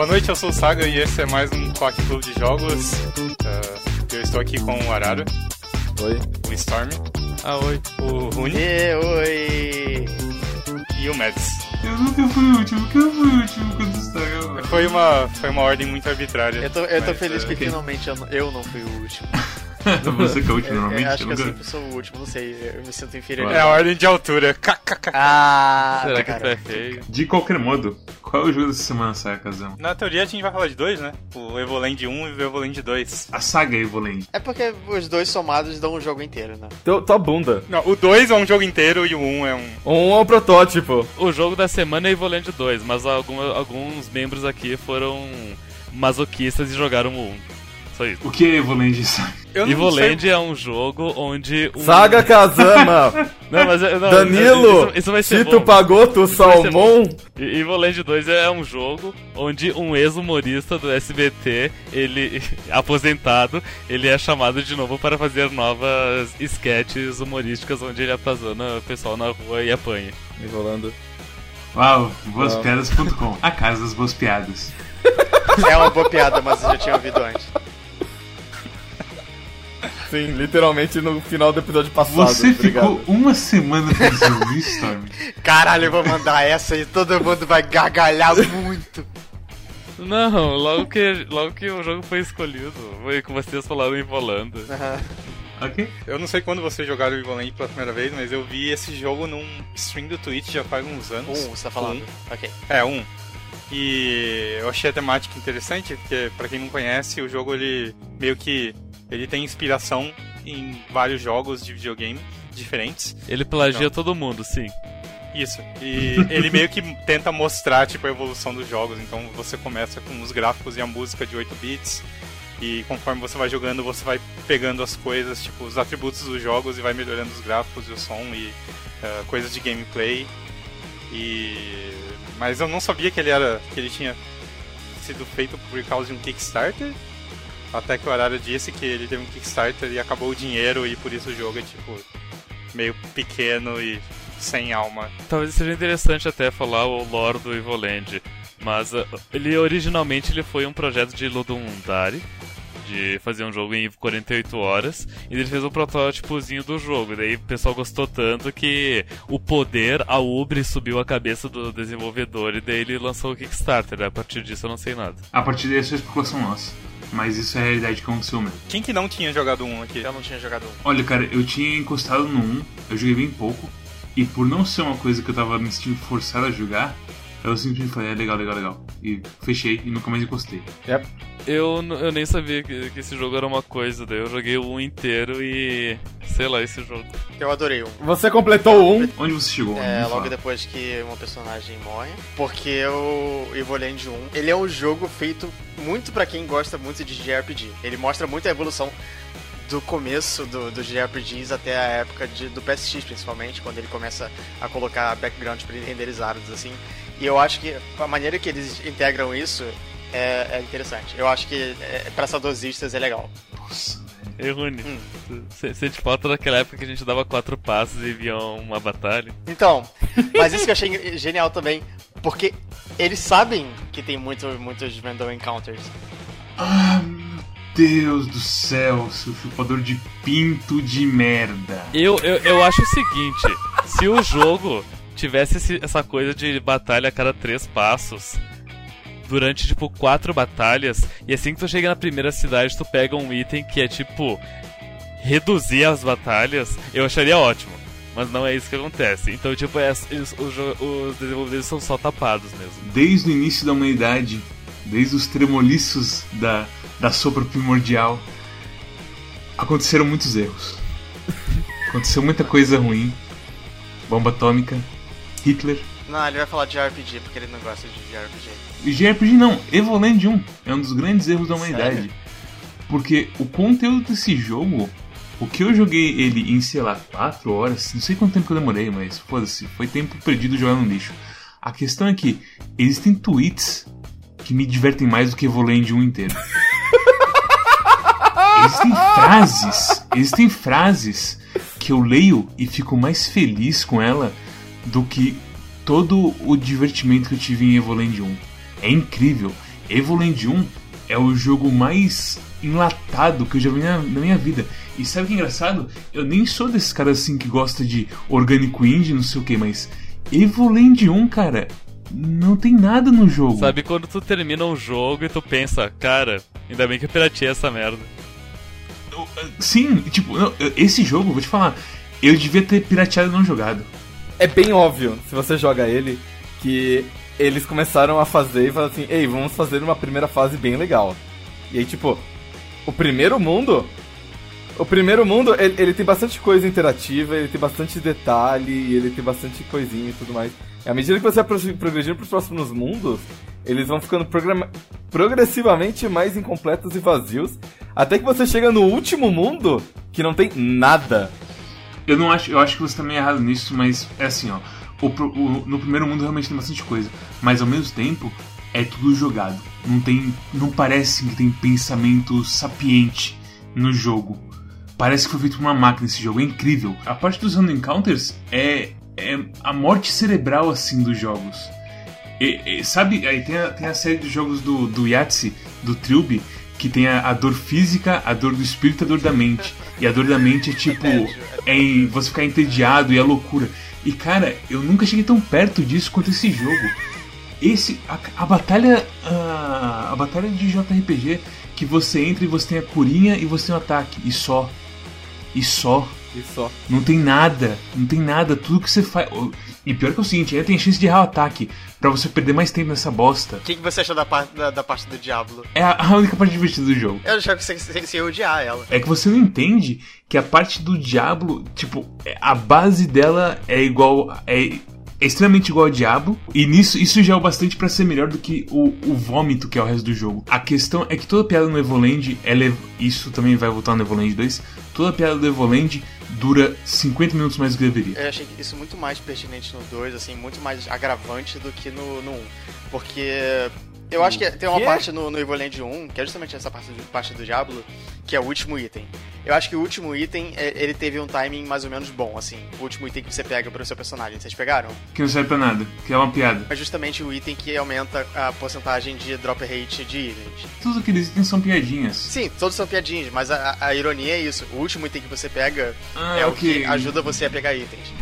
Boa noite, eu sou o Saga e esse é mais um Quack Club de Jogos. Eu estou aqui com o Arara. Oi. O Storm. Oi. O Rune. Oi. E o Mads. Eu nunca fui o último quando está gravando. Foi uma ordem muito arbitrária. Eu tô feliz que finalmente eu não fui o último. Você que é o último, normalmente? Eu acho que eu sempre sou o último, não sei, eu me sinto inferior. É a ordem de altura. Será que é feio? De qualquer modo, qual é o jogo dessa semana, Saga Casão? Na teoria a gente vai falar de dois, né? O Evoland 1 e o Evoland 2. A saga Evoland. É porque os dois somados dão um jogo inteiro, né? Tua bunda. Não, o 2 é um jogo inteiro e o 1 é um... Um é um protótipo. O jogo da semana é Evoland 2, mas alguns membros aqui foram masoquistas e jogaram o 1. Só isso. O que é Evoland, Saga? Evoland é um jogo onde... Saga Kazama. Não, mas... Não, Danilo, isso vai ser se bom. tu pagou tu salmão... Evoland 2 é um jogo onde um ex-humorista do SBT, ele, aposentado, ele é chamado de novo para fazer novas sketches humorísticas onde ele atazana o pessoal na rua e apanha. Evolando. Uau, boaspiadas.com, a casa das boas piadas. É uma boa piada, mas eu já tinha ouvido antes. Sim, literalmente no final do episódio passado. Você obrigado. ficou uma semana pensando nisso, Storm? Caralho, eu vou mandar essa e todo mundo vai gargalhar muito. Não, logo que o jogo foi escolhido, foi que vocês falaram em Volanda. Ok. Eu não sei quando vocês jogaram o Evoland pela primeira vez, mas eu vi esse jogo num stream do Twitch já faz uns anos. Você tá falando? Ok. É, 1. E eu achei a temática interessante, porque pra quem não conhece, o jogo ele meio que ele tem inspiração em vários jogos de videogame diferentes. Ele plagia todo mundo, sim. Isso. E ele meio que tenta mostrar tipo a evolução dos jogos. Então você começa com os gráficos e a música de 8 bits. E conforme você vai jogando, você vai pegando as coisas, tipo os atributos dos jogos e vai melhorando os gráficos e o som e coisas de gameplay. Mas eu não sabia que ele tinha sido feito por causa de um Kickstarter. Até que o Arara disse que ele teve um Kickstarter e acabou o dinheiro e por isso o jogo é tipo meio pequeno e sem alma. Talvez seja interessante até falar o lore do Evoland, mas ele originalmente foi um projeto de Ludum Dare, de fazer um jogo em 48 horas, e ele fez um protótipozinho do jogo, e daí o pessoal gostou tanto que o poder, a Ubre, subiu a cabeça do desenvolvedor, e daí ele lançou o Kickstarter. A partir disso eu não sei nada. A partir daí é só especulação nossa. Mas isso é a realidade que aconteceu mesmo. Quem que não tinha jogado 1 aqui? Eu não tinha jogado 1. Olha, cara, eu tinha encostado no 1, eu joguei bem pouco, e por não ser uma coisa que eu tava me sentindo forçado a jogar, eu simplesmente falei, legal. E fechei e nunca mais encostei. Yep. Eu nem sabia que esse jogo era uma coisa, daí eu joguei o 1 inteiro e... sei lá, esse jogo. Eu adorei 1. Você completou um. Onde você chegou? Logo depois que uma personagem morre. Porque o Evoland 1, ele é um jogo feito muito pra quem gosta muito de JRPG. Ele mostra muito a evolução do começo dos JRPGs até a época do PSX, principalmente, quando ele começa a colocar backgrounds pre-renderizados, assim. E eu acho que a maneira que eles integram isso é interessante. Eu acho que pra saudosistas é legal. Nossa, Ei, Rune, você te falta daquela época que a gente dava 4 passos e via uma batalha? Então, mas isso que eu achei genial também, porque eles sabem que tem muitos random encounters. Ah, meu Deus do céu, seu chupador de pinto de merda. Eu acho o seguinte, se o jogo tivesse essa coisa de batalha a cada 3 passos, durante, tipo, 4 batalhas, e assim que tu chega na primeira cidade, tu pega um item que é, tipo, reduzir as batalhas, eu acharia ótimo. Mas não é isso que acontece. Então, tipo, os desenvolvedores são só tapados mesmo. Desde o início da humanidade, desde os tremoliços da sopra primordial, aconteceram muitos erros. Aconteceu muita coisa ruim. Bomba atômica, Hitler. Não, ele vai falar de RPG, porque ele não gosta de JRPG. E JRPG não, Evoland 1 é um dos grandes erros da humanidade. Sério? Porque o conteúdo desse jogo, o que eu joguei ele em, sei lá, 4 horas, não sei quanto tempo que eu demorei, mas foda-se, foi tempo perdido jogando no lixo. A questão é que existem tweets que me divertem mais do que Evoland 1 inteiro. Existem frases que eu leio e fico mais feliz com ela do que todo o divertimento que eu tive em Evoland 1. É incrível. Evoland 1 é o jogo mais enlatado que eu já vi na minha vida. E sabe o que é engraçado? Eu nem sou desses caras assim que gosta de orgânico indie, não sei o que, mas Evoland 1, cara, não tem nada no jogo. Sabe quando tu termina um jogo e tu pensa, cara, ainda bem que eu pirateei essa merda. Sim, tipo, esse jogo, vou te falar, eu devia ter pirateado e não jogado. É bem óbvio, se você joga ele, que eles começaram a fazer e falaram assim, ei, vamos fazer uma primeira fase bem legal. E aí, tipo, o primeiro mundo, ele tem bastante coisa interativa, ele tem bastante detalhe, ele tem bastante coisinha e tudo mais. E à medida que você vai progredindo pros próximos mundos, eles vão ficando progressivamente mais incompletos e vazios, até que você chega no último mundo, que não tem nada. Eu acho que você tá meio errado nisso, mas é assim, ó. No primeiro mundo realmente tem bastante coisa, mas ao mesmo tempo é tudo jogado. Não parece que tem pensamento sapiente no jogo. Parece que foi feito por uma máquina esse jogo, é incrível. A parte dos Random Encounters é a morte cerebral assim dos jogos. Sabe, aí tem a série de jogos do Yahtzee, do Trilby, que tem a dor física, a dor do espírito e a dor da mente. E a dor da mente é tipo, você ficar entediado e a loucura. E cara, eu nunca cheguei tão perto disso quanto esse jogo. A batalha de JRPG, que você entra e você tem a curinha e você tem o ataque. E só. Não tem nada. Tudo que você faz. E pior que é o seguinte, ainda tem chance de errar o ataque, pra você perder mais tempo nessa bosta. O que você achou da parte do Diablo? É a única parte divertida do jogo. Eu achava que você ia odiar ela. É que você não entende que a parte do Diablo, tipo, a base dela é igual. É extremamente igual ao Diablo. E isso já é o bastante pra ser melhor do que o vômito que é o resto do jogo. A questão é que toda piada no Evoland, isso também vai voltar no Evoland 2. Toda piada do Evoland dura 50 minutos mais do que deveria. Eu achei isso muito mais pertinente no 2, assim, muito mais agravante do que no 1. Porque eu acho que tem uma parte no Evoland 1, que é justamente essa parte do Diablo, que é o último item. Eu acho que o último item, ele teve um timing mais ou menos bom, assim. O último item que você pega pro seu personagem. Vocês pegaram? Que não serve pra nada, que é uma piada. É justamente o item que aumenta a porcentagem de drop rate de itens. Todos aqueles itens são piadinhas. Sim, todos são piadinhas, mas a ironia é isso. O último item que você pega é o que ajuda você a pegar itens.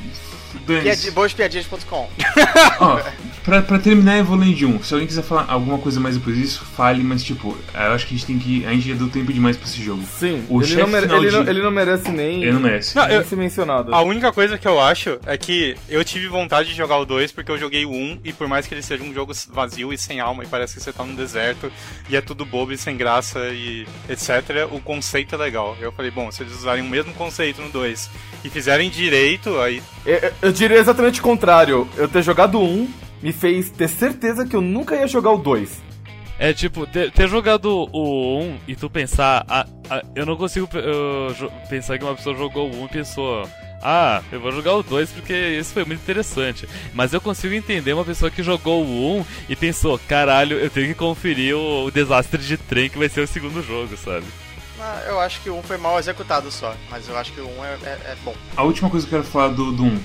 Boaspiadinhas.com. Ó, pra terminar Evoland 1, se alguém quiser falar alguma coisa mais depois disso, fale, mas tipo, eu acho que a gente já deu tempo demais pra esse jogo. Sim, o ele não merece nem. Ele não merece. Nem ser mencionado. A única coisa que eu acho é que eu tive vontade de jogar o 2 porque eu joguei o 1 e por mais que ele seja um jogo vazio e sem alma e parece que você tá no deserto e é tudo bobo e sem graça e etc, o conceito é legal. Eu falei, bom, se eles usarem o mesmo conceito no 2 e fizerem direito, aí... Eu diria exatamente o contrário. Eu ter jogado o 1 me fez ter certeza que eu nunca ia jogar o 2. É tipo, ter jogado o 1 e tu pensar... eu não consigo pensar que uma pessoa jogou o 1 e pensou... eu vou jogar o 2 porque isso foi muito interessante. Mas eu consigo entender uma pessoa que jogou o 1 e pensou... Caralho, eu tenho que conferir o desastre de trem que vai ser o segundo jogo, sabe? Eu acho que o 1 foi mal executado só, mas eu acho que o 1 é bom. A última coisa que eu quero falar do 1.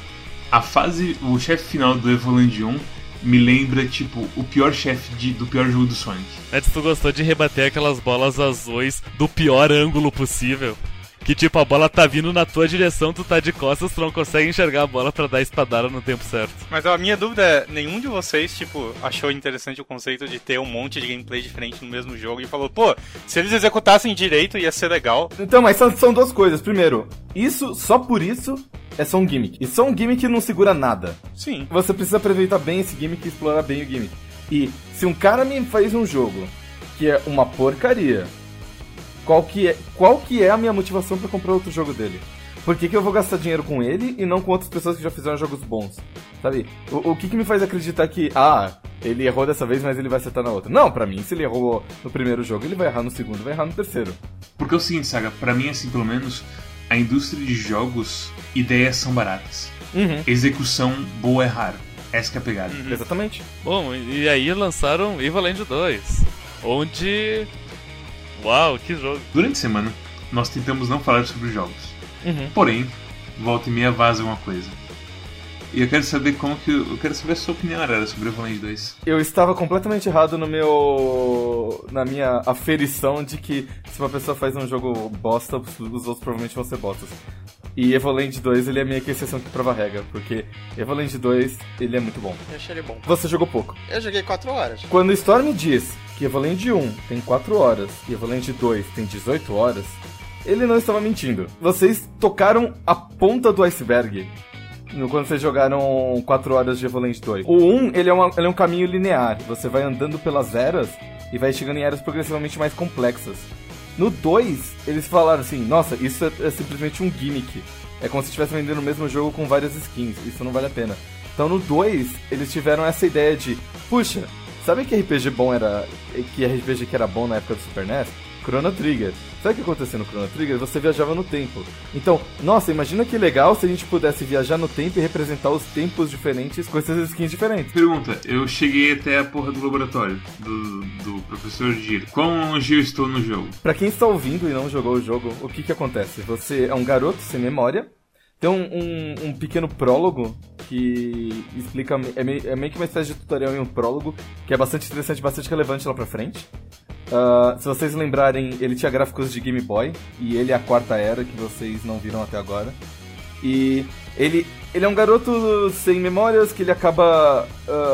O chefe final do Evoland 1 me lembra, tipo, o pior chefe do pior jogo do Sonic. Antes tu gostou de rebater aquelas bolas azuis do pior ângulo possível. Que tipo, a bola tá vindo na tua direção, tu tá de costas, tu não consegue enxergar a bola pra dar a espadada no tempo certo. Mas a minha dúvida é, nenhum de vocês, tipo, achou interessante o conceito de ter um monte de gameplay diferente no mesmo jogo e falou, pô, se eles executassem direito ia ser legal. Então, mas são duas coisas. Primeiro, só por isso, é só um gimmick. E só um gimmick não segura nada. Sim. Você precisa aproveitar bem esse gimmick e explorar bem o gimmick. E se um cara me faz um jogo que é uma porcaria... Qual que é a minha motivação pra comprar outro jogo dele? Por que eu vou gastar dinheiro com ele e não com outras pessoas que já fizeram jogos bons? Sabe? O que me faz acreditar que, ele errou dessa vez, mas ele vai acertar na outra? Não, pra mim, se ele errou no primeiro jogo, ele vai errar no segundo, vai errar no terceiro. Porque é o seguinte, Saga, pra mim, assim, pelo menos, a indústria de jogos, ideias são baratas. Execução boa é raro. Essa que é a pegada. Exatamente. Bom, e aí lançaram Evoland 2, onde... Uau, que jogo! Durante a semana, nós tentamos não falar sobre os jogos. Porém, volta e meia vaza uma coisa. E eu quero saber eu quero saber a sua opinião, Arara, sobre Evoland 2. Eu estava completamente errado na minha aferição de que se uma pessoa faz um jogo bosta, os outros provavelmente vão ser bostas. E Evoland 2, ele é meio que a exceção que prova a regra, porque Evoland 2, ele é muito bom. Eu achei ele bom. Você jogou pouco. Eu joguei 4 horas. Quando o Storm diz que Evoland 1 tem 4 horas e Evoland 2 tem 18 horas, ele não estava mentindo. Vocês tocaram a ponta do iceberg quando vocês jogaram 4 horas de Evoland 2. O 1, ele é um caminho linear. Você vai andando pelas eras e vai chegando em eras progressivamente mais complexas. No 2, eles falaram assim, nossa, isso é simplesmente um gimmick. É como se estivesse vendendo o mesmo jogo com várias skins. Isso não vale a pena. Então no 2, eles tiveram essa ideia de, puxa, sabe que RPG que era bom na época do Super NES? Chrono Trigger. Sabe o que acontecia no Chrono Trigger? Você viajava no tempo. Então, nossa, imagina que legal se a gente pudesse viajar no tempo e representar os tempos diferentes com essas skins diferentes. Pergunta, eu cheguei até a porra do laboratório do professor Giro. Quão longe eu estou no jogo? Pra quem está ouvindo e não jogou o jogo, o que acontece? Você é um garoto sem memória, tem um pequeno prólogo que explica, é meio que uma espécie de tutorial em um prólogo, que é bastante interessante, bastante relevante lá pra frente. Se vocês lembrarem, ele tinha gráficos de Game Boy, e ele é a 4ª era, que vocês não viram até agora. E ele é um garoto sem memórias, que ele acaba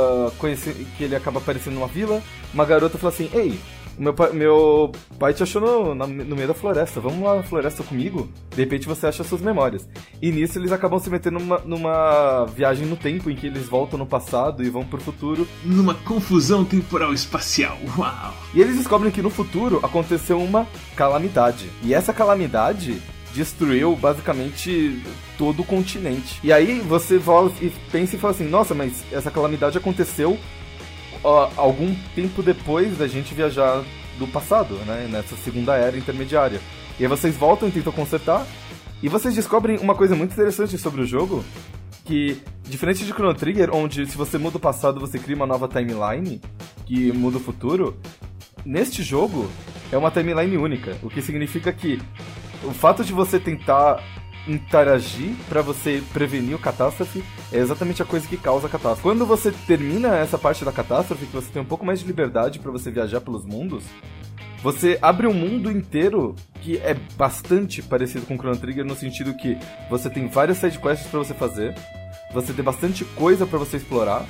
aparecendo numa vila. Uma garota fala assim, ei, meu pai te achou no meio da floresta, vamos lá na floresta comigo? De repente você acha suas memórias. E nisso eles acabam se metendo numa viagem no tempo, em que eles voltam no passado e vão pro futuro. Numa confusão temporal espacial, uau! E eles descobrem que no futuro aconteceu uma calamidade. E essa calamidade destruiu basicamente todo o continente. E aí você volta e pensa e fala assim, nossa, mas essa calamidade aconteceu algum tempo depois da gente viajar do passado, né? Nessa segunda era intermediária. E aí vocês voltam e tentam consertar. E vocês descobrem uma coisa muito interessante sobre o jogo, que, diferente de Chrono Trigger, onde se você muda o passado você cria uma nova timeline, que muda o futuro, neste jogo é uma timeline única. O que significa que o fato de você tentar interagir pra você prevenir o catástrofe é exatamente a coisa que causa a catástrofe. Quando você termina essa parte da catástrofe, que você tem um pouco mais de liberdade pra você viajar pelos mundos, você abre um mundo inteiro que é bastante parecido com Chrono Trigger, no sentido que você tem várias sidequests pra você fazer, você tem bastante coisa pra você explorar,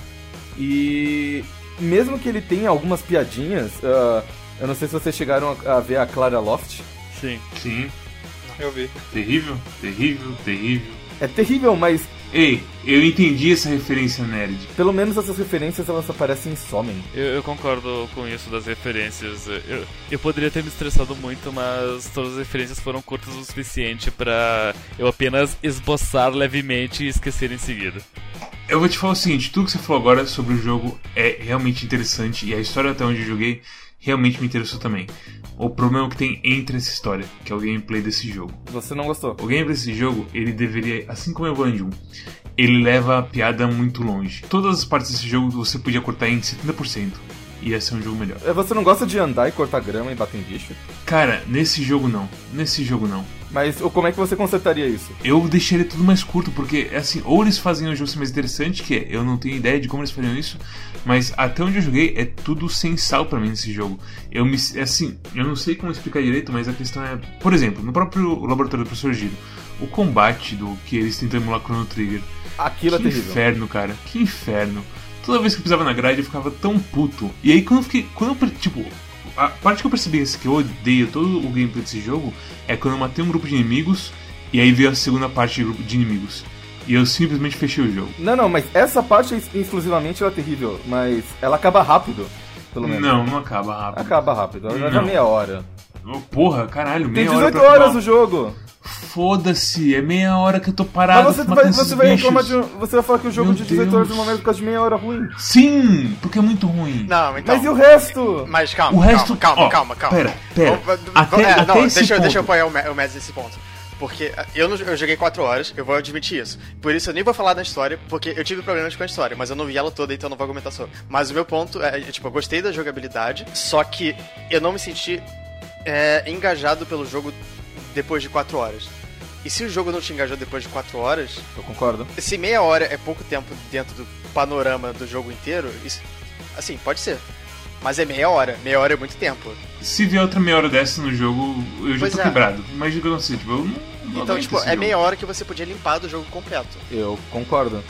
e mesmo que ele tenha algumas piadinhas, eu não sei se vocês chegaram a ver a Clara Loft. Sim. Eu vi. Terrível. É terrível, mas... Ei, eu entendi essa referência nerd. Pelo menos essas referências, elas aparecem em Somen. Eu concordo com isso das referências. Eu poderia ter me estressado muito, mas todas as referências foram curtas o suficiente pra eu apenas esboçar levemente e esquecer em seguida. Eu vou te falar o seguinte, tudo que você falou agora sobre o jogo é realmente interessante, e a história até onde eu joguei realmente me interessou também. O problema que tem entre essa história, que é o gameplay desse jogo. Você não gostou? O gameplay desse jogo, ele deveria, assim como o Evoland 1, ele leva a piada muito longe. Todas as partes desse jogo você podia cortar em 70%. Ia ser um jogo melhor. Você não gosta de andar e cortar grama e bater em bicho? Cara, nesse jogo não. Mas como é que você consertaria isso? Eu deixaria tudo mais curto, porque assim, ou eles fazem o jogo ser mais interessante, que é, eu não tenho ideia de como eles fariam isso, mas até onde eu joguei é tudo sem sal pra mim nesse jogo. Eu não sei como explicar direito, mas a questão é, por exemplo, no próprio laboratório do Professor Giro, o combate do que eles tentam emular Chrono Trigger. Aquilo é terrível. Que inferno, cara. Que inferno. Toda vez que eu pisava na grade eu ficava tão puto. E aí a parte que eu percebi que eu odeio todo o gameplay desse jogo é quando eu matei um grupo de inimigos e aí veio a segunda parte de grupo de inimigos. E eu simplesmente fechei o jogo. Não, mas essa parte exclusivamente ela é terrível, mas ela acaba rápido, pelo menos. Não acaba rápido. Acaba rápido, ela leva meia hora. Porra, caralho, meia hora. Tem 18 horas o jogo! Foda-se, é meia hora que eu tô parado. Mas você vai reclamar você vai falar que o jogo de 18 horas é uma merda por causa de meia hora ruim? Sim, porque é muito ruim. Não, então. Mas e o resto? Mas calma. O resto, calma. Pera. Deixa eu apoiar o Mads nesse ponto. Porque eu joguei 4 horas, eu vou admitir isso. Por isso eu nem vou falar da história, porque eu tive problemas com a história, mas eu não vi ela toda, então eu não vou argumentar sobre. Mas o meu ponto é, eu gostei da jogabilidade, só que eu não me senti engajado pelo jogo depois de 4 horas. E se o jogo não te engajou depois de 4 horas... Eu concordo. Se meia hora é pouco tempo dentro do panorama do jogo inteiro, isso, assim, pode ser. Mas é meia hora. Meia hora é muito tempo. Se vier outra meia hora dessa no jogo, eu já Pois tô é. quebrado. Mas digamos assim, tipo, eu não Então, aguento tipo, esse é jogo. meia hora que você podia limpar do jogo completo. Eu concordo.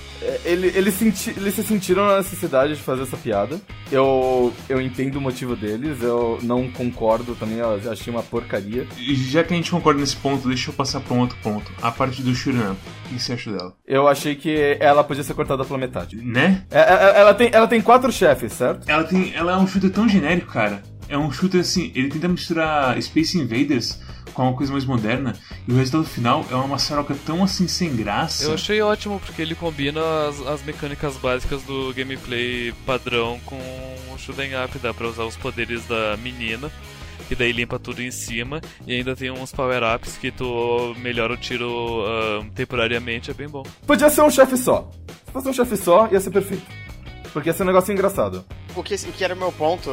Eles se sentiram na necessidade de fazer essa piada. Eu entendo o motivo deles, eu não concordo também, eu achei uma porcaria. E já que a gente concorda nesse ponto, deixa eu passar pra um outro ponto. A parte do shoot'em up. O que você acha dela? Eu achei que ela podia ser cortada pela metade. Né? Ela tem 4 chefes, certo? Ela é um shooter tão genérico, cara. É um shooter assim, ele tenta misturar Space Invaders com uma coisa mais moderna, e o resultado final é uma maçaroca tão assim sem graça. Eu achei ótimo porque ele combina as mecânicas básicas do gameplay padrão com o shoot'em up. Dá pra usar os poderes da menina, que daí limpa tudo em cima, e ainda tem uns power-ups que tu melhora o tiro temporariamente, é bem bom. Podia ser um chefe só. Se fosse um chefe só, ia ser perfeito. Porque ia ser um negócio engraçado. O que era o meu ponto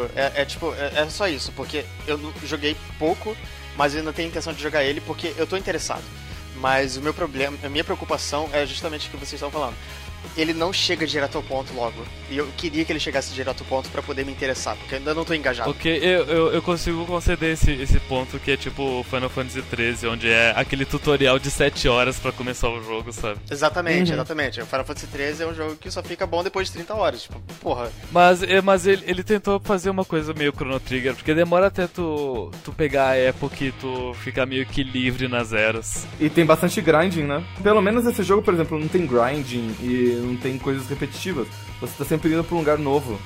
é só isso, porque eu joguei pouco, mas eu ainda tenho intenção de jogar ele porque eu tô interessado. Mas o meu problema, a minha preocupação é justamente o que vocês estão falando. Ele não chega direto ao ponto logo. E eu queria que ele chegasse direto ao ponto pra poder me interessar, porque eu ainda não tô engajado. Ok, eu consigo conceder esse ponto que é tipo Final Fantasy XIII, onde é aquele tutorial de 7 horas pra começar o jogo, sabe? Exatamente. O Final Fantasy XIII é um jogo que só fica bom depois de 30 horas. Tipo, porra. Mas ele tentou fazer uma coisa meio Chrono Trigger, porque demora até tu pegar a época e tu ficar meio que livre nas eras. E tem bastante grinding, né? Pelo menos esse jogo, por exemplo, não tem grinding e não tem coisas repetitivas. Você tá sempre indo pra um lugar novo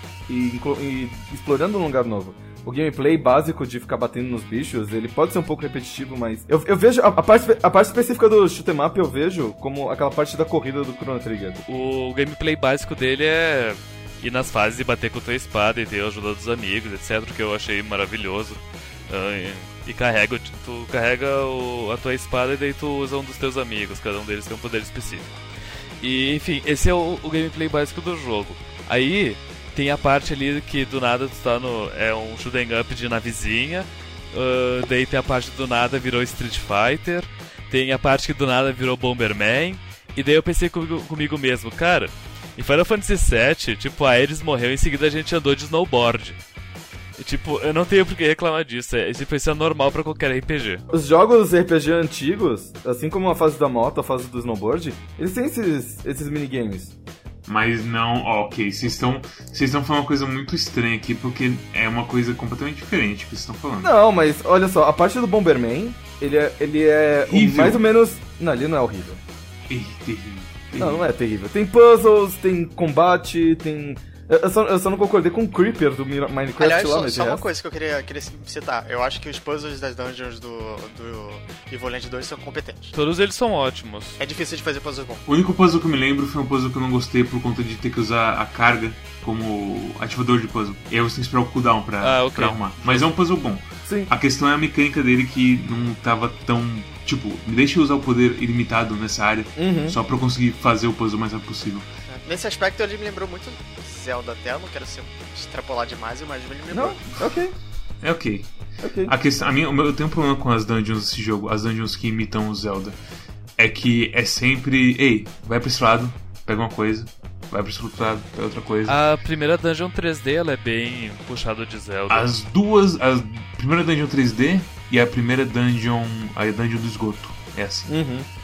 e explorando um lugar novo. O gameplay básico de ficar batendo nos bichos, ele pode ser um pouco repetitivo, mas... Eu vejo... A parte específica do shoot'em up eu vejo como aquela parte da corrida do Chrono Trigger. O gameplay básico dele é ir nas fases e bater com a tua espada e ter a ajuda dos amigos, etc, que eu achei maravilhoso. E tu carrega a tua espada e daí tu usa um dos teus amigos, cada um deles tem um poder específico. E, enfim, esse é o gameplay básico do jogo. Aí, tem a parte ali que do nada tu tá é um shoot'em up de navezinha. Daí tem a parte do nada virou Street Fighter. Tem a parte que do nada virou Bomberman. E daí eu pensei comigo mesmo, cara, em Final Fantasy VII, tipo, a Ares morreu e em seguida a gente andou de snowboard. E, tipo, eu não tenho por que reclamar disso, isso é normal pra qualquer RPG. Os jogos RPG antigos, assim como a fase da moto, a fase do snowboard, eles têm esses minigames. Mas não, ok, vocês estão falando uma coisa muito estranha aqui, porque é uma coisa completamente diferente que vocês estão falando. Não, mas olha só, a parte do Bomberman, ele é mais ou menos... Não, ele não é horrível. Terrível. Não é terrível. Tem puzzles, tem combate, tem... Eu só não concordei com o Creeper do Minecraft. Aliás, lá, mas só uma coisa que eu queria citar. Eu acho que os puzzles das dungeons do Evoland 2 são competentes. Todos eles são ótimos. É difícil de fazer puzzles bons. O único puzzle que eu me lembro foi um puzzle que eu não gostei por conta de ter que usar a carga como ativador de puzzle. E aí você tem que esperar o cooldown pra arrumar. Mas é um puzzle bom. Sim. A questão é a mecânica dele que não tava tão... Tipo, me deixa usar o poder ilimitado nessa área, só pra eu conseguir fazer o puzzle o mais rápido possível. Nesse aspecto ele me lembrou muito Zelda até, eu não quero extrapolar demais, mas ele me lembrou. Não, ok. É ok. Ok. Eu tenho um problema com as dungeons desse jogo, as dungeons que imitam o Zelda. É que é sempre, ei, vai pra esse lado, pega uma coisa, vai pra esse outro lado, pega outra coisa. A primeira dungeon 3D ela é bem puxada de Zelda. A primeira dungeon 3D e a dungeon do esgoto. É assim.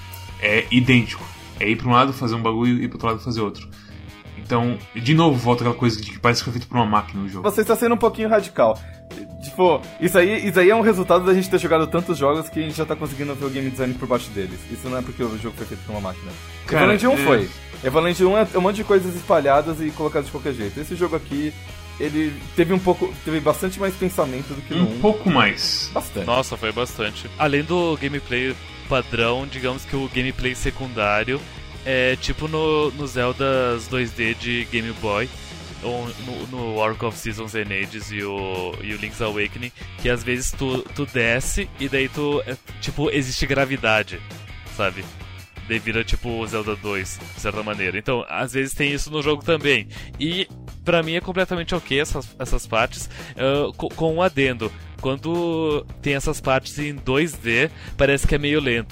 É idêntico. É ir pra um lado fazer um bagulho e ir pro outro lado fazer outro. Então, de novo, volta aquela coisa de que parece que foi feito por uma máquina no jogo. Você está sendo um pouquinho radical. Tipo, isso aí é um resultado da gente ter jogado tantos jogos que a gente já tá conseguindo ver o game design por baixo deles. Isso não é porque o jogo foi feito por uma máquina. Evoland 1 foi. Evoland 1 é um monte de coisas espalhadas e colocadas de qualquer jeito. Esse jogo aqui, ele teve bastante mais pensamento do que no 1. Um pouco mais. Bastante. Nossa, foi bastante. Além do gameplay padrão, digamos que o gameplay secundário é tipo no Zeldas 2D de Game Boy, ou no Arc of Seasons and Ages e o Link's Awakening, que às vezes tu desce e daí tipo, existe gravidade, sabe? Daí vira tipo o Zelda 2, de certa maneira. Então, às vezes tem isso no jogo também. E pra mim é completamente ok essas partes, com um adendo. Quando tem essas partes em 2D, parece que é meio lento.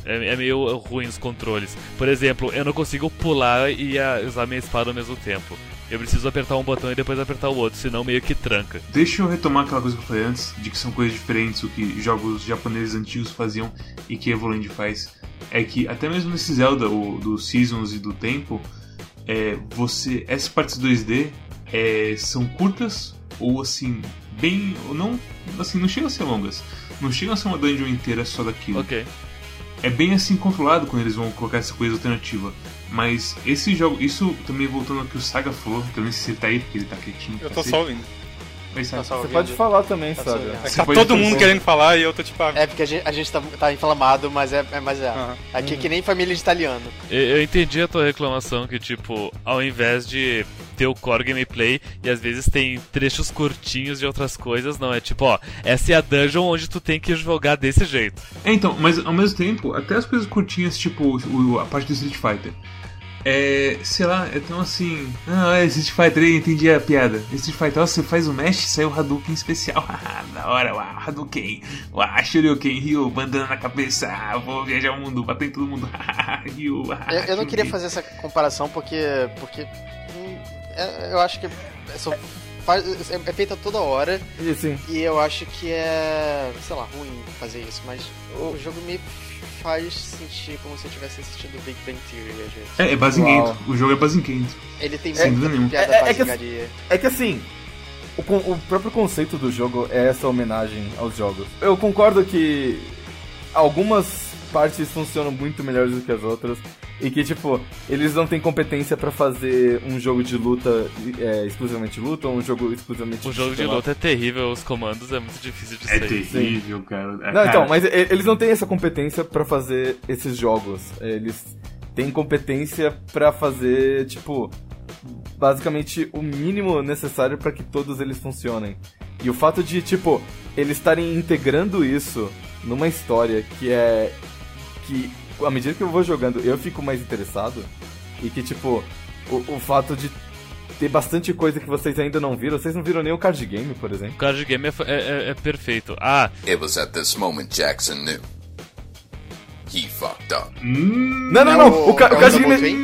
É meio ruim os controles. Por exemplo, eu não consigo pular e usar minha espada ao mesmo tempo. Eu preciso apertar um botão e depois apertar o outro, senão meio que tranca. Deixa eu retomar aquela coisa que eu falei antes, de que são coisas diferentes, o que jogos japoneses antigos faziam e que Evoland faz. É que até mesmo nesse Zelda, do Seasons e do Tempo, essas partes 2D são curtas ou assim, bem... não chegam a ser longas. Não chegam a ser uma dungeon inteira só daquilo. Ok. É bem assim controlado quando eles vão colocar essa coisa alternativa. Mas esse jogo, isso também voltando ao que o Saga falou, que eu nem sei se ele tá aí porque ele tá quietinho. Eu tô só ouvindo. Mas, Saga, Você pode falar também, Tá Saga. Tá todo mundo querendo falar e eu tô tipo... É porque a gente tá inflamado, mas é. Aqui é que nem família de italiano. Eu entendi a tua reclamação que, tipo, ao invés de ter o core gameplay e às vezes tem trechos curtinhos de outras coisas, não, é tipo, ó, essa é a dungeon onde tu tem que jogar desse jeito. Então, mas ao mesmo tempo, até as coisas curtinhas, tipo a parte do Street Fighter. Sei lá, é tão assim... Street Fighter, eu entendi a piada. Street Fighter, você faz o mesh, sai o Hadouken especial. Da hora, Hadouken. Shoryuken, Ryu, bandana na cabeça. Vou viajar o mundo, bater em todo mundo. Ryu, eu não queria fazer essa comparação porque eu acho que é feita toda hora. Sim. E eu acho que é, sei lá, ruim fazer isso, mas o jogo me faz sentir como se eu tivesse assistindo Big Bang Theory às vezes. É bazinguento. O jogo é bazinguento. Ele tem sem dúvida nenhuma. piada bazingaria. É que assim, o próprio conceito do jogo é essa homenagem aos jogos. Eu concordo que algumas partes funcionam muito melhores do que as outras. E que, tipo, eles não têm competência pra fazer um jogo de luta exclusivamente luta ou um jogo exclusivamente... O jogo de luta é terrível, os comandos é muito difícil de sair. É terrível, cara. Não, então, mas eles não têm essa competência pra fazer esses jogos. Eles têm competência pra fazer, tipo, basicamente o mínimo necessário pra que todos eles funcionem. E o fato de, tipo, eles estarem integrando isso numa história que à medida que eu vou jogando, eu fico mais interessado. E que, tipo, o fato de ter bastante coisa que vocês ainda não viram. Vocês não viram nem o card game, por exemplo. O card game é perfeito. It was at this moment Jackson knew. He fucked up. Não. O card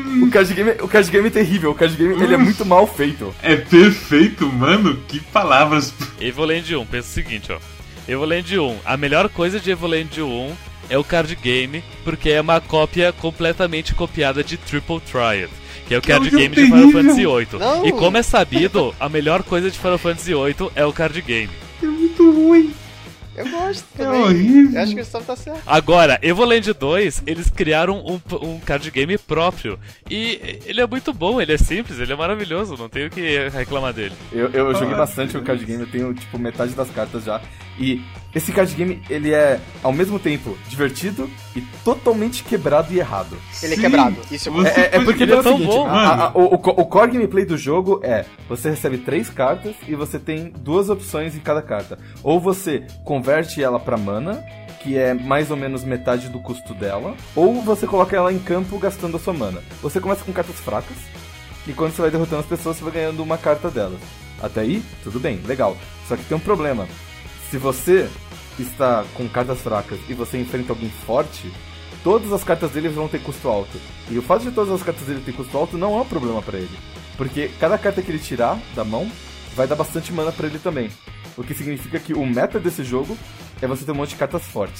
game é terrível. O card game ele é muito mal feito. É perfeito, mano. Que palavras. Evoland 1, pensa o seguinte, ó. Evoland 1, a melhor coisa de Evoland 1 é o card game, porque é uma cópia completamente copiada de Triple Triad, que é o card game de Final Fantasy VIII. Não. E como é sabido, a melhor coisa de Final Fantasy VIII é o card game. É muito ruim. Eu gosto É também. horrível. Eu acho que o Gustavo tá certo. Agora, Evoland 2, eles criaram um card game próprio. E ele é muito bom, ele é simples, ele é maravilhoso, não tenho o que reclamar dele. Eu joguei bastante o card game, eu tenho, tipo, metade das cartas já. E esse card game, ele é, ao mesmo tempo, divertido e totalmente quebrado e errado. Ele é Sim, quebrado. Isso É porque Ele é é o tão seguinte, bom, o core gameplay do jogo você recebe 3 cartas e você tem 2 opções em cada carta. Ou você converte ela pra mana, que é mais ou menos metade do custo dela, ou você coloca ela em campo gastando a sua mana. Você começa com cartas fracas, e quando você vai derrotando as pessoas, você vai ganhando uma carta delas. Até aí, tudo bem, legal. Só que tem um problema. Se você está com cartas fracas e você enfrenta alguém forte, todas as cartas dele vão ter custo alto. E o fato de todas as cartas dele ter custo alto não é um problema pra ele. Porque cada carta que ele tirar da mão vai dar bastante mana pra ele também. O que significa que o meta desse jogo é você ter um monte de cartas fortes.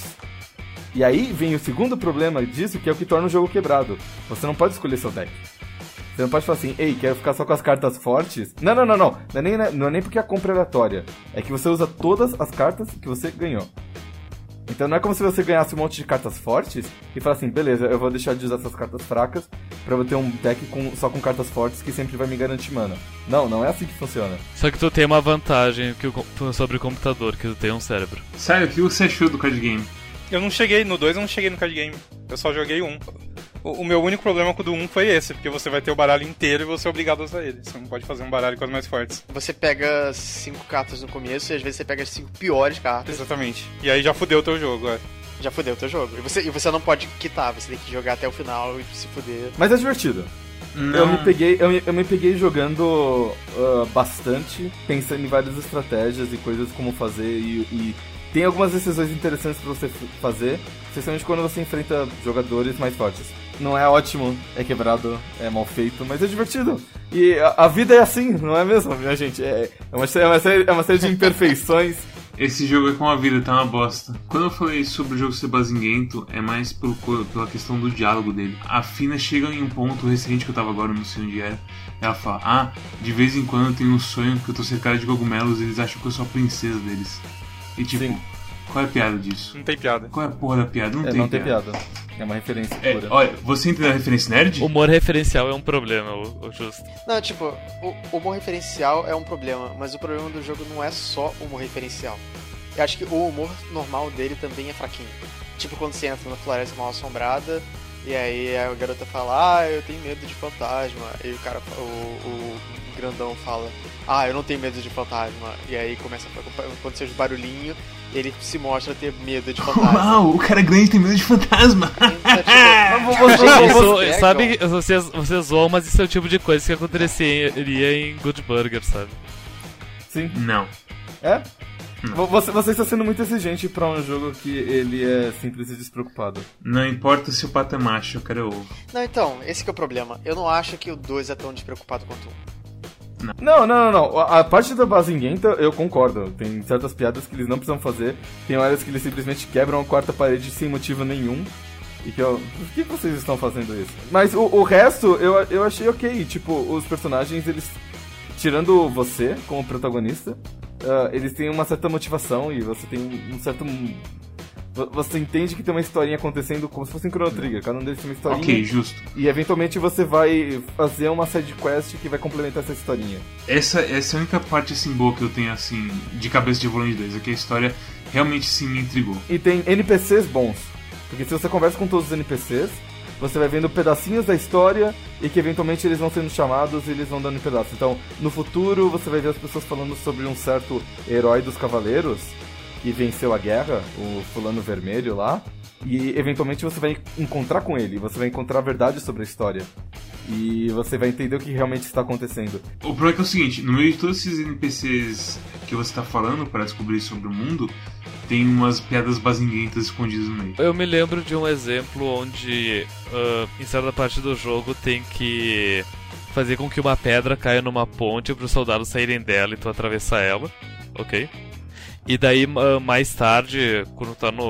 E aí vem o segundo problema disso, que é o que torna o jogo quebrado. Você não pode escolher seu deck. Você não pode falar assim, ei, quero ficar só com as cartas fortes? Não. Não é nem porque a compra é aleatória. É que você usa todas as cartas que você ganhou. Então não é como se você ganhasse um monte de cartas fortes e falasse assim, beleza, eu vou deixar de usar essas cartas fracas pra eu ter um deck só com cartas fortes que sempre vai me garantir mana. Não é assim que funciona. Só que tu tem uma vantagem sobre o computador, que tu tem um cérebro. Sério, o que você achou do card game? Eu não cheguei no 2, eu não cheguei no card game. Eu só joguei 1. O meu único problema com o do 1 foi esse, porque você vai ter o baralho inteiro e você é obrigado a usar ele. Você não pode fazer um baralho com as mais fortes. Você pega 5 cartas no começo e às vezes você pega as 5 piores cartas. Exatamente. E aí já fudeu o teu jogo, Já fudeu o teu jogo. E você não pode quitar, você tem que jogar até o final e se fuder. Mas é divertido. Não. Eu me peguei jogando bastante, pensando em várias estratégias e coisas como fazer e tem algumas decisões interessantes pra você fazer, especialmente quando você enfrenta jogadores mais fortes. Não é ótimo, é quebrado, é mal feito, mas é divertido. E a vida é assim, não é mesmo, minha gente? É uma série de imperfeições. Esse jogo é como a vida, tá uma bosta. Quando eu falei sobre o jogo ser bazinguento, é mais pela questão do diálogo dele. A Fina chega em um ponto recente que eu tava agora, não sei onde era. Ela fala, de vez em quando eu tenho um sonho que eu tô cercado de cogumelos e eles acham que eu sou a princesa deles. E tipo, Sim. Qual é a piada disso? Não tem piada. Qual é a porra da piada? Não tem piada. É uma referência pura. Olha, você entendeu a referência nerd? Humor referencial é um problema, o justo. Não, tipo, o humor referencial é um problema, mas o problema do jogo não é só o humor referencial. Eu acho que o humor normal dele também é fraquinho. Tipo, quando você entra na floresta mal assombrada, e aí a garota fala, eu tenho medo de fantasma. E o cara, o grandão fala, eu não tenho medo de fantasma. E aí começa a acontecer os barulhinhos, ele se mostra ter medo de fantasma. Uau, o cara grande tem medo de fantasma. Isso, sabe, você zoam, mas isso é o tipo de coisa que aconteceria em Good Burger, sabe? Sim. Não. É? Você está sendo muito exigente pra um jogo que ele é simples e despreocupado. Não importa se o pato é macho, eu quero ovo. Não, então, esse que é o problema. Eu não acho que o 2 é tão despreocupado quanto o 1. Não. A parte da bazinguenta, eu concordo. Tem certas piadas que eles não precisam fazer. Tem horas que eles simplesmente quebram a quarta parede sem motivo nenhum. E que por que vocês estão fazendo isso? Mas o resto, eu achei ok. Tipo, os personagens, eles... Tirando você, como protagonista, eles têm uma certa motivação e você tem um certo... Você entende que tem uma historinha acontecendo como se fosse um Chrono Trigger. Cada um deles tem uma historinha. Ok, justo. E eventualmente você vai fazer uma side quest que vai complementar essa historinha. Essa é a única parte assim boa que eu tenho assim de cabeça de Evoland 2, é que a história realmente sim me intrigou. E tem NPCs bons. Porque se você conversa com todos os NPCs, você vai vendo pedacinhos da história e que eventualmente eles vão sendo chamados e eles vão dando em pedaços. Então, no futuro, você vai ver as pessoas falando sobre um certo herói dos cavaleiros que venceu a guerra, o fulano vermelho lá, e eventualmente você vai encontrar com ele, você vai encontrar a verdade sobre a história. E você vai entender o que realmente está acontecendo. O problema é que é o seguinte, no meio de todos esses NPCs que você está falando para descobrir sobre o mundo, tem umas piadas bazinguentas escondidas no meio. Eu me lembro de um exemplo onde em certa parte do jogo tem que fazer com que uma pedra caia numa ponte para os soldados saírem dela e tu atravessar ela, ok? E daí, mais tarde, quando tá no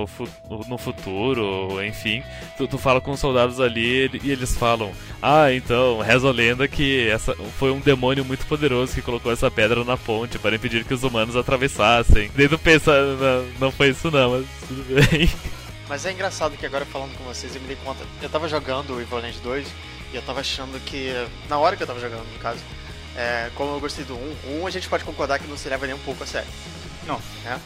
futuro, enfim, tu fala com os soldados ali e eles falam, então, reza a lenda que essa foi um demônio muito poderoso que colocou essa pedra na ponte para impedir que os humanos atravessassem. Daí tu pensa, não foi isso não, mas tudo bem. Mas é engraçado que agora falando com vocês eu me dei conta, eu tava jogando o Evoland 2 e eu tava achando que, na hora que eu tava jogando, no caso, como eu gostei do 1, a gente pode concordar que não se leva nem um pouco a sério. Não.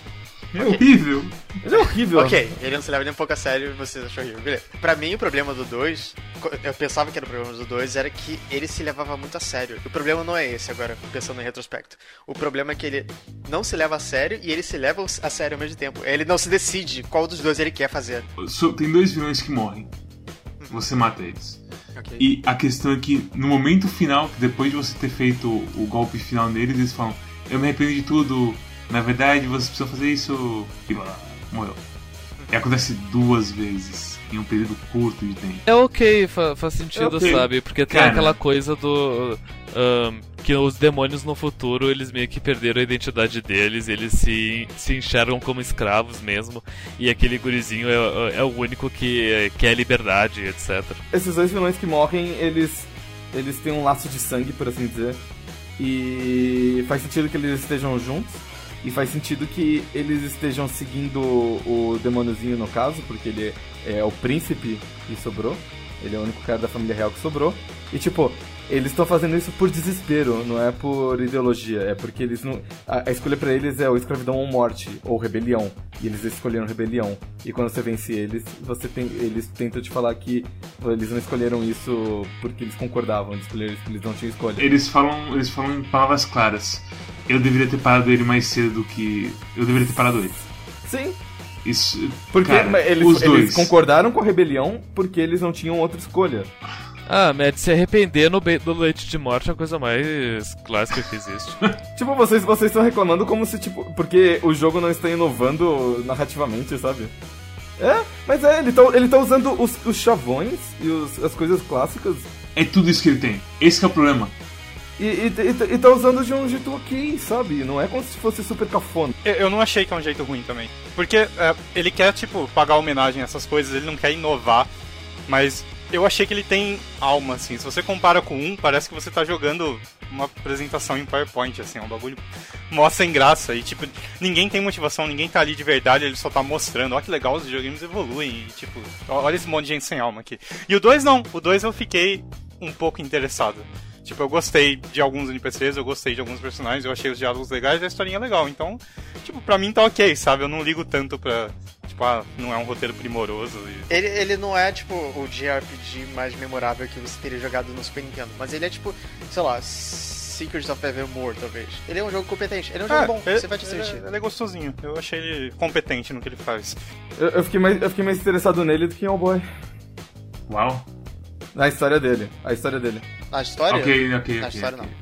É horrível. Ele é horrível. Ok, ele não se leva nem um pouco a sério e vocês acham horrível. Beleza. Pra mim, o problema do 2, eu pensava que era o problema do 2, era que ele se levava muito a sério. O problema não é esse, agora, pensando em retrospecto. O problema é que ele não se leva a sério e ele se leva a sério ao mesmo tempo. Ele não se decide qual dos dois ele quer fazer. Tem 2 vilões que morrem. Você mata eles. Okay. E a questão é que, no momento final, depois de você ter feito o golpe final neles, eles falam, eu me arrependo de tudo... Na verdade, vocês precisam fazer isso e lá, morreu. E acontece 2 vezes em um período curto de tempo. É ok, faz sentido, okay. Sabe? Porque tem aquela coisa do... que os demônios no futuro, eles meio que perderam a identidade deles, eles se enxergam como escravos mesmo, e aquele gurizinho é o único que quer liberdade, etc. Esses 2 vilões que morrem, eles têm um laço de sangue, por assim dizer, e faz sentido que eles estejam juntos. E faz sentido que eles estejam seguindo o demôniozinho no caso, porque ele é o príncipe que sobrou. Ele é o único cara da família real que sobrou. E tipo, eles estão fazendo isso por desespero, não é por ideologia. É porque eles não... A escolha pra eles é ou escravidão ou morte, ou rebelião. E eles escolheram rebelião. E quando você vence eles, eles tentam te falar que eles não escolheram isso porque eles concordavam. Eles escolheram isso porque eles não tinham escolha. Eles falam em palavras claras. Eu deveria ter parado ele mais cedo do que... Eu deveria ter parado ele. Sim. Isso... Porque cara, eles concordaram com a rebelião porque eles não tinham outra escolha. Ah, Matt, se arrepender do leite de morte é a coisa mais clássica que existe. Tipo, vocês estão reclamando como se, tipo, porque o jogo não está inovando narrativamente, sabe? Mas ele tá usando os chavões e as coisas clássicas. É tudo isso que ele tem. Esse que é o problema. E tá usando de um jeito ok, sabe? Não é como se fosse super cafona. Eu não achei que é um jeito ruim também. Porque ele quer, tipo, pagar homenagem a essas coisas, ele não quer inovar, mas eu achei que ele tem alma, assim. Se você compara com parece que você tá jogando uma apresentação em PowerPoint, assim, é um bagulho mó sem graça. E, tipo, ninguém tem motivação, ninguém tá ali de verdade, ele só tá mostrando. Ó que legal, os videogames evoluem. E, tipo, olha esse monte de gente sem alma aqui. E o 2 não, o 2 eu fiquei um pouco interessado. Tipo, eu gostei de alguns NPCs, eu gostei de alguns personagens, eu achei os diálogos legais e a historinha legal. Então, tipo, pra mim tá ok, sabe? Eu não ligo tanto pra... Tipo, não é um roteiro primoroso. Ele não é, tipo, o JRPG mais memorável que você teria jogado no Super Nintendo. Mas ele é, tipo, sei lá, Secrets of Evermore, talvez. Ele é um jogo competente. Ele é um jogo bom, você vai te divertir. Ele é gostosinho. Eu achei ele competente no que ele faz. Eu fiquei mais interessado nele do que em All Boy. Uau. Na história dele. A história? Ok. Na história não.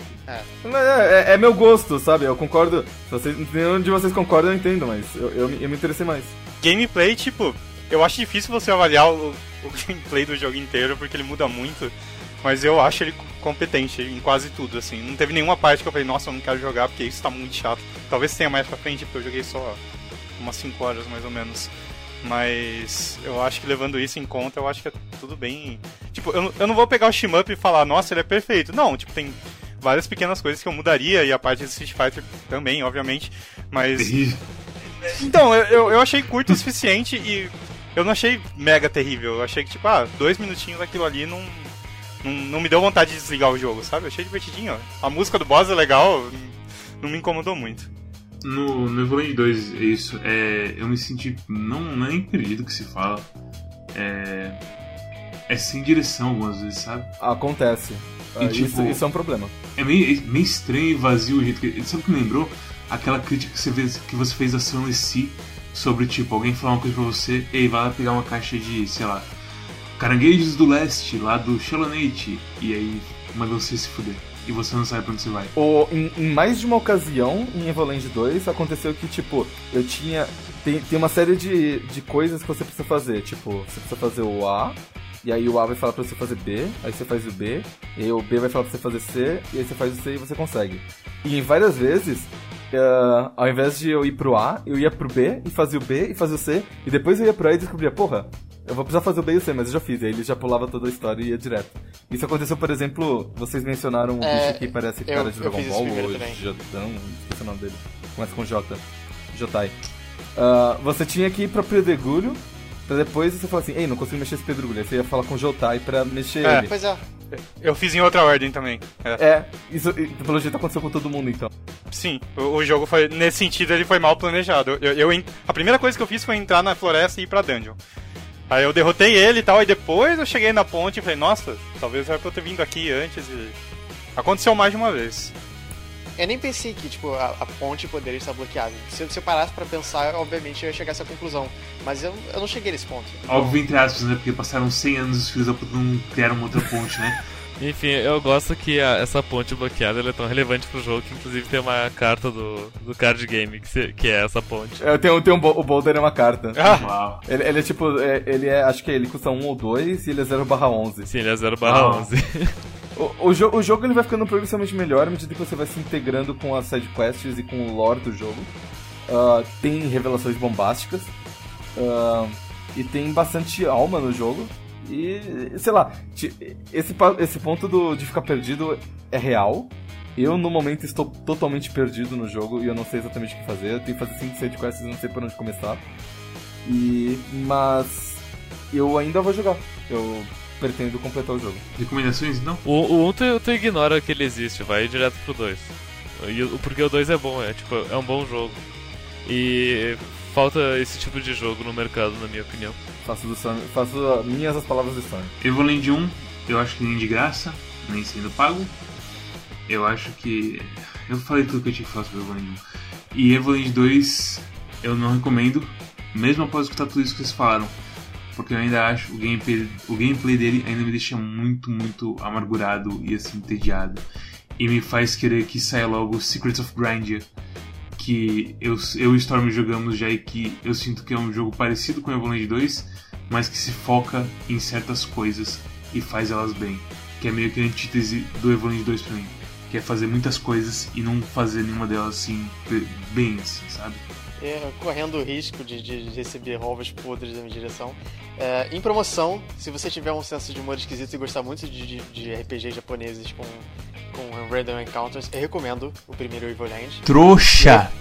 É meu gosto, sabe? Eu concordo. Se nenhum de vocês concorda, eu entendo, mas eu me interessei mais. Gameplay, tipo, eu acho difícil você avaliar o gameplay do jogo inteiro, porque ele muda muito, mas eu acho ele competente em quase tudo, assim. Não teve nenhuma parte que eu falei, nossa, eu não quero jogar porque isso tá muito chato. Talvez tenha mais pra frente, porque eu joguei só umas 5 horas, mais ou menos. Mas eu acho que levando isso em conta, eu acho que é tudo bem... Tipo, eu não vou pegar o shmup e falar, nossa, ele é perfeito. Não, tipo, tem várias pequenas coisas que eu mudaria, e a parte de Street Fighter também, obviamente, mas... Então, eu achei curto o suficiente e eu não achei mega terrível. Eu achei que, tipo, 2 minutinhos daquilo ali não me deu vontade de desligar o jogo, sabe? Eu achei divertidinho. A música do boss é legal, não me incomodou muito. No Evoland 2, é isso. Eu me senti, não é nem perdido que se fala. É sem direção algumas vezes, sabe? Acontece. Tipo, isso é um problema. É meio estranho e vazio o jeito que... Sabe o que me lembrou? Aquela crítica que você fez a Sunless Sea sobre, tipo, alguém falar uma coisa pra você, ei, vai lá pegar uma caixa de, sei lá, caranguejos do leste, lá do Shalonate, e aí manda você se fuder. E você não sabe pra onde você vai. Em mais de uma ocasião, em Evoland 2, aconteceu que, tipo, eu tinha... Tem uma série de coisas que você precisa fazer. Tipo, você precisa fazer o A, e aí o A vai falar pra você fazer B, aí você faz o B, e aí o B vai falar pra você fazer C, e aí você faz o C e você consegue. E em várias vezes... ao invés de eu ir pro A, eu ia pro B, e fazia o B, e fazia o C, e depois eu ia pro A e descobria, porra, eu vou precisar fazer o B e o C, mas eu já fiz, e aí ele já pulava toda a história e ia direto. Isso aconteceu, por exemplo, vocês mencionaram um bicho que parece cara de Dragon Ball, ou Jotão, esqueci o nome dele, começa com J, Jotai. Você tinha que ir pra Pedregulho, pra depois você falar assim, ei, não consigo mexer esse Pedregulho, aí você ia falar com Jotai pra mexer ele. Pois é. Eu fiz em outra ordem também. Isso pelo jeito aconteceu com todo mundo, então. Sim, o jogo foi, nesse sentido, ele foi mal planejado. A primeira coisa que eu fiz foi entrar na floresta e ir pra dungeon. Aí eu derrotei ele e tal, e depois eu cheguei na ponte e falei, nossa, talvez era pra eu ter vindo aqui antes e... Aconteceu mais de uma vez. Eu nem pensei que, tipo, a ponte poderia estar bloqueada. Se eu parasse pra pensar, obviamente eu ia chegar a essa conclusão. Mas eu não cheguei nesse ponto. Óbvio, entre aspas, né? Porque passaram 100 anos e os filhos da puta não criaram uma outra ponte, né? Enfim, eu gosto que essa ponte bloqueada ela é tão relevante pro jogo que inclusive tem uma carta do card game que é essa ponte. O Boulder é uma carta. Uau. Ele é tipo, acho que ele custa 1 ou 2 e ele é 0/11. Sim, ele é 0/11. O jogo ele vai ficando progressivamente melhor à medida que você vai se integrando com as sidequests e com o lore do jogo. Tem revelações bombásticas. E tem bastante alma no jogo. E, sei lá, esse ponto de ficar perdido é real. Eu, no momento, estou totalmente perdido no jogo e eu não sei exatamente o que fazer. Eu tenho que fazer 5 sidequests e não sei por onde começar. Mas eu ainda vou jogar. Eu pretendo completar o jogo. Recomendações, então? O 1 tu ignora que ele existe, vai direto pro 2. Porque o 2 é bom, é um bom jogo. E falta esse tipo de jogo no mercado, na minha opinião. Faço minhas as palavras do Sony. Evoland 1, eu acho que nem de graça, nem sendo pago. Eu acho que... Eu falei tudo que eu tinha que falar sobre Evoland 1. E Evoland 2, eu não recomendo, mesmo após escutar tudo isso que vocês falaram. porque eu ainda acho o gameplay dele ainda me deixa muito, muito amargurado e assim, entediado. E me faz querer que saia logo Secrets of Grindia, que eu e o Storm jogamos já e que eu sinto que é um jogo parecido com o Evoland 2, mas que se foca em certas coisas e faz elas bem. Que é meio que a antítese do Evoland 2 pra mim. Que é fazer muitas coisas e não fazer nenhuma delas assim, bem assim, sabe? Correndo o risco de receber rovas podres da minha direção. Em promoção, se você tiver um senso de humor esquisito e gostar muito de RPG japoneses com Random Encounters, eu recomendo o primeiro Evoland. Trouxa!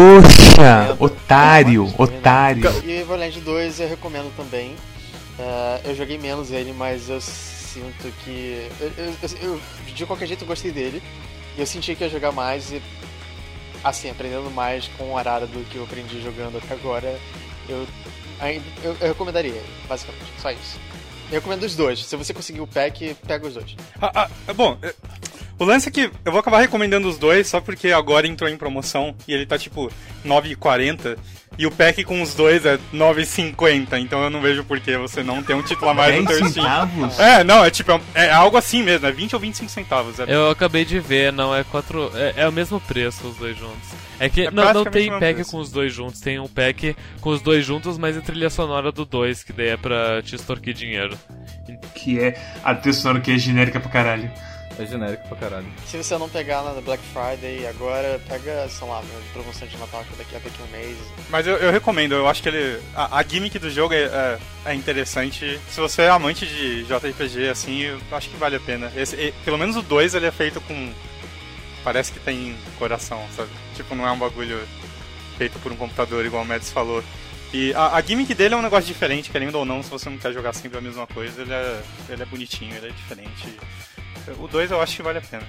Otário! E Evoland 2 eu recomendo também. Eu joguei menos ele, mas eu sinto que... Eu de qualquer jeito eu gostei dele. E eu senti que ia jogar mais e... Assim, aprendendo mais com o Arara do que eu aprendi jogando até agora, eu recomendaria, basicamente, só isso. Eu recomendo os dois. Se você conseguir o pack, pega os dois. Bom, o lance é que eu vou acabar recomendando os dois só porque agora entrou em promoção e ele tá tipo R$9,40 e o pack com os dois é R$9,50, então eu não vejo por que você não ter um título a mais no teu Steam. Centavos? Não, é tipo, é algo assim mesmo, é 20 ou 25 centavos. Eu acabei de ver, não, é 4... É o mesmo preço os dois juntos. É que não tem pack preço. com os dois juntos, tem um pack com os dois juntos, mas a trilha sonora do 2, que daí é pra te extorquir dinheiro. Que é a trilha sonora que é genérica pra caralho. É genérico pra caralho. Se você não pegar na Black Friday agora, pega, sei lá, promoção de Natal daqui a um mês. Mas eu recomendo, eu acho que ele... A gimmick do jogo é interessante. Se você é amante de JRPG, assim, eu acho que vale a pena. Pelo menos o 2, ele é feito com... Parece que tem coração, sabe? Tipo, não é um bagulho feito por um computador, igual o Mads falou. E a gimmick dele é um negócio diferente, querendo ou não, se você não quer jogar sempre a mesma coisa, ele é bonitinho, ele é diferente. O 2 eu acho que vale a pena.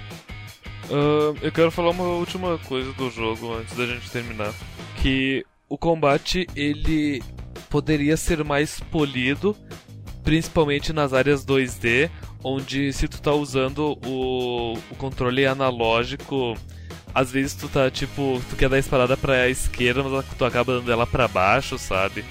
Eu quero falar uma última coisa do jogo antes da gente terminar. Que o combate, ele poderia ser mais polido, principalmente nas áreas 2D, onde se tu tá usando o controle analógico, às vezes tu tá tipo, tu quer dar a espadada pra esquerda, mas tu acaba dando ela pra baixo, sabe?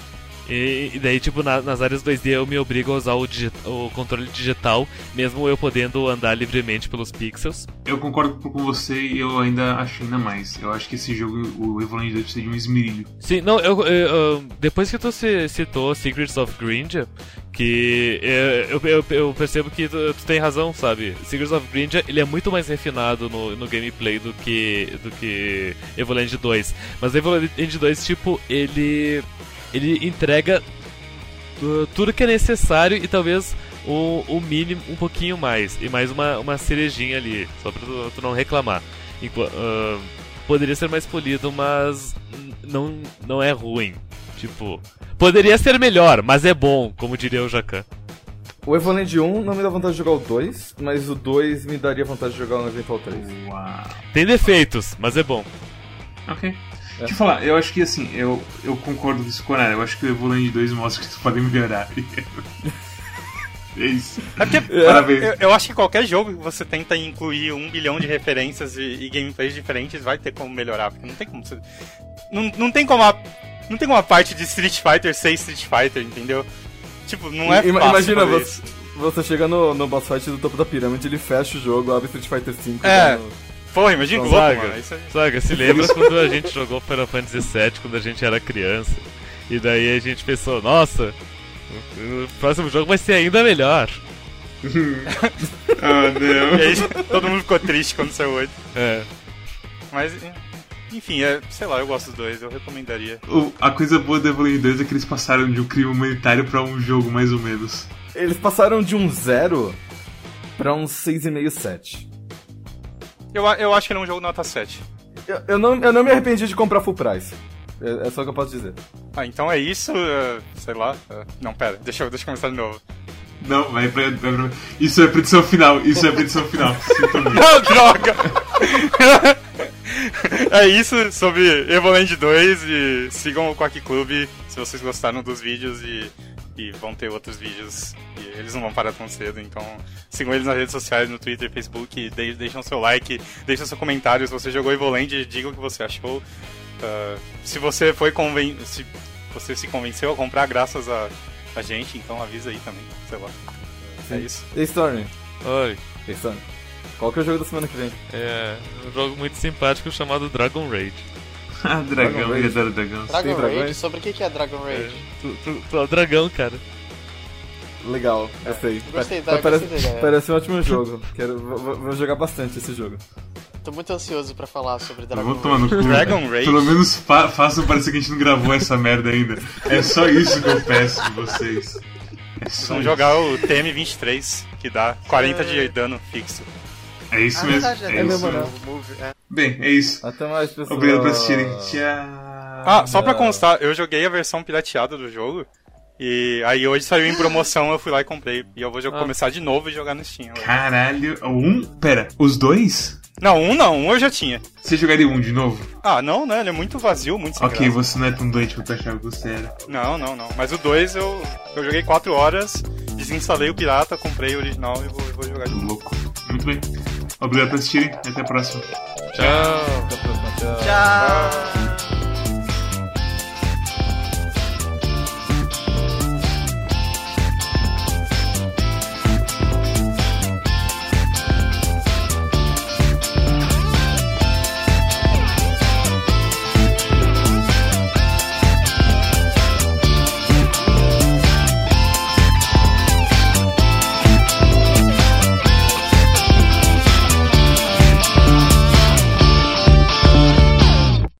E daí, tipo, nas áreas 2D eu me obrigo a usar o controle digital, mesmo eu podendo andar livremente pelos pixels. Eu concordo com você e eu ainda acho ainda mais. Eu acho que esse jogo, o Evoland 2, precisa de um esmerilho. Sim, não, depois que tu citou Secrets of Grindia, que eu percebo que tu tem razão, sabe? Secrets of Grindia, ele é muito mais refinado no gameplay do que Evoland 2. Mas Evoland 2, tipo, ele entrega tudo que é necessário e talvez o mínimo um pouquinho mais. E mais uma cerejinha ali, só pra tu não reclamar. Poderia ser mais polido, mas não é ruim. Tipo, poderia ser melhor, mas é bom, como diria o Jacan. O Evoland 1 não me dá vontade de jogar o 2, mas o 2 me daria vontade de jogar o eventual 3. Uau. Tem defeitos, mas é bom. Ok. Deixa eu falar, eu acho que assim, eu concordo com isso com o Arara. Eu acho que o Evoland 2 mostra que isso pode melhorar. É isso. Parabéns. Eu acho que qualquer jogo que você tenta incluir 1 bilhão de referências e gameplays diferentes vai ter como melhorar, porque não tem como você... Não tem como a parte de Street Fighter ser Street Fighter, entendeu? Tipo, não é fácil. Imagina você chega no boss fight do topo da pirâmide, ele fecha o jogo, abre Street Fighter 5. Porra, imagina que louco, mano. Isso aí. Saga, se lembra quando a gente jogou Final Fantasy VII quando a gente era criança? E daí a gente pensou, nossa, o próximo jogo vai ser ainda melhor. Não. E aí todo mundo ficou triste quando saiu 8. Mas, enfim, sei lá, eu gosto dos dois, eu recomendaria. A coisa boa do Evoland 2 é que eles passaram de um crime humanitário pra um jogo, mais ou menos. Eles passaram de um 0 pra um 6,5, 7. Eu acho que ele é um jogo nota 7. Eu não me arrependi de comprar full price. É só o que eu posso dizer. Então é isso, sei lá. Não, pera, deixa eu começar de novo. Não, vai pra... Isso é a predição final. Não, droga! É isso sobre Evoland 2 e sigam o Quack Club se vocês gostaram dos vídeos e vão ter outros vídeos e eles não vão parar tão cedo, então sigam eles nas redes sociais, no Twitter, Facebook, deixem seu like, deixem seu comentário, se você jogou Evoland, diga o que você achou. Se você se convenceu a comprar graças a gente, então avisa aí também, sei lá. É isso. E Storm? Oi. E Storm? Qual que é o jogo da semana que vem? É um jogo muito simpático chamado Dragon Raid. Ah, dragão, eu adoro dragão. Dragon Tem Raid? dragões? Sobre o que é Dragon Raid? Tu é o dragão, cara. Legal, gostei. Gostei Parece da ideia. parece um ótimo jogo. Vou jogar bastante esse jogo. Tô muito ansioso pra falar sobre Eu Dragon vou tomar no Raid. cu. Dragon Raid? Pelo menos façam parecer que a gente não gravou essa merda ainda. É só isso que eu peço de vocês. É Vocês só vão isso. jogar o TM23, que dá 40 de dano fixo. É isso Ah, mesmo. verdade, É é isso. mesmo, né? O Move, é. Bem, é isso. Até mais, pessoal. Obrigado por assistirem. Tchau. Ah, só pra constar, eu joguei a versão pirateada do jogo. E aí hoje saiu em promoção, eu fui lá e comprei. E eu vou começar de novo e jogar no Steam. Agora. Caralho. Pera, os dois? Não, um eu já tinha. Você jogaria um de novo? Ah, não, né? Ele é muito vazio, muito sem Ok, graça. você não é tão doente quanto eu achava que você era. Não. Mas o 2 eu joguei 4 horas, desinstalei o pirata, comprei o original e vou jogar de novo. Louco. Muito bem. Obrigado por assistirem e até a próxima. Tchau. Até a próxima, tchau. Tchau!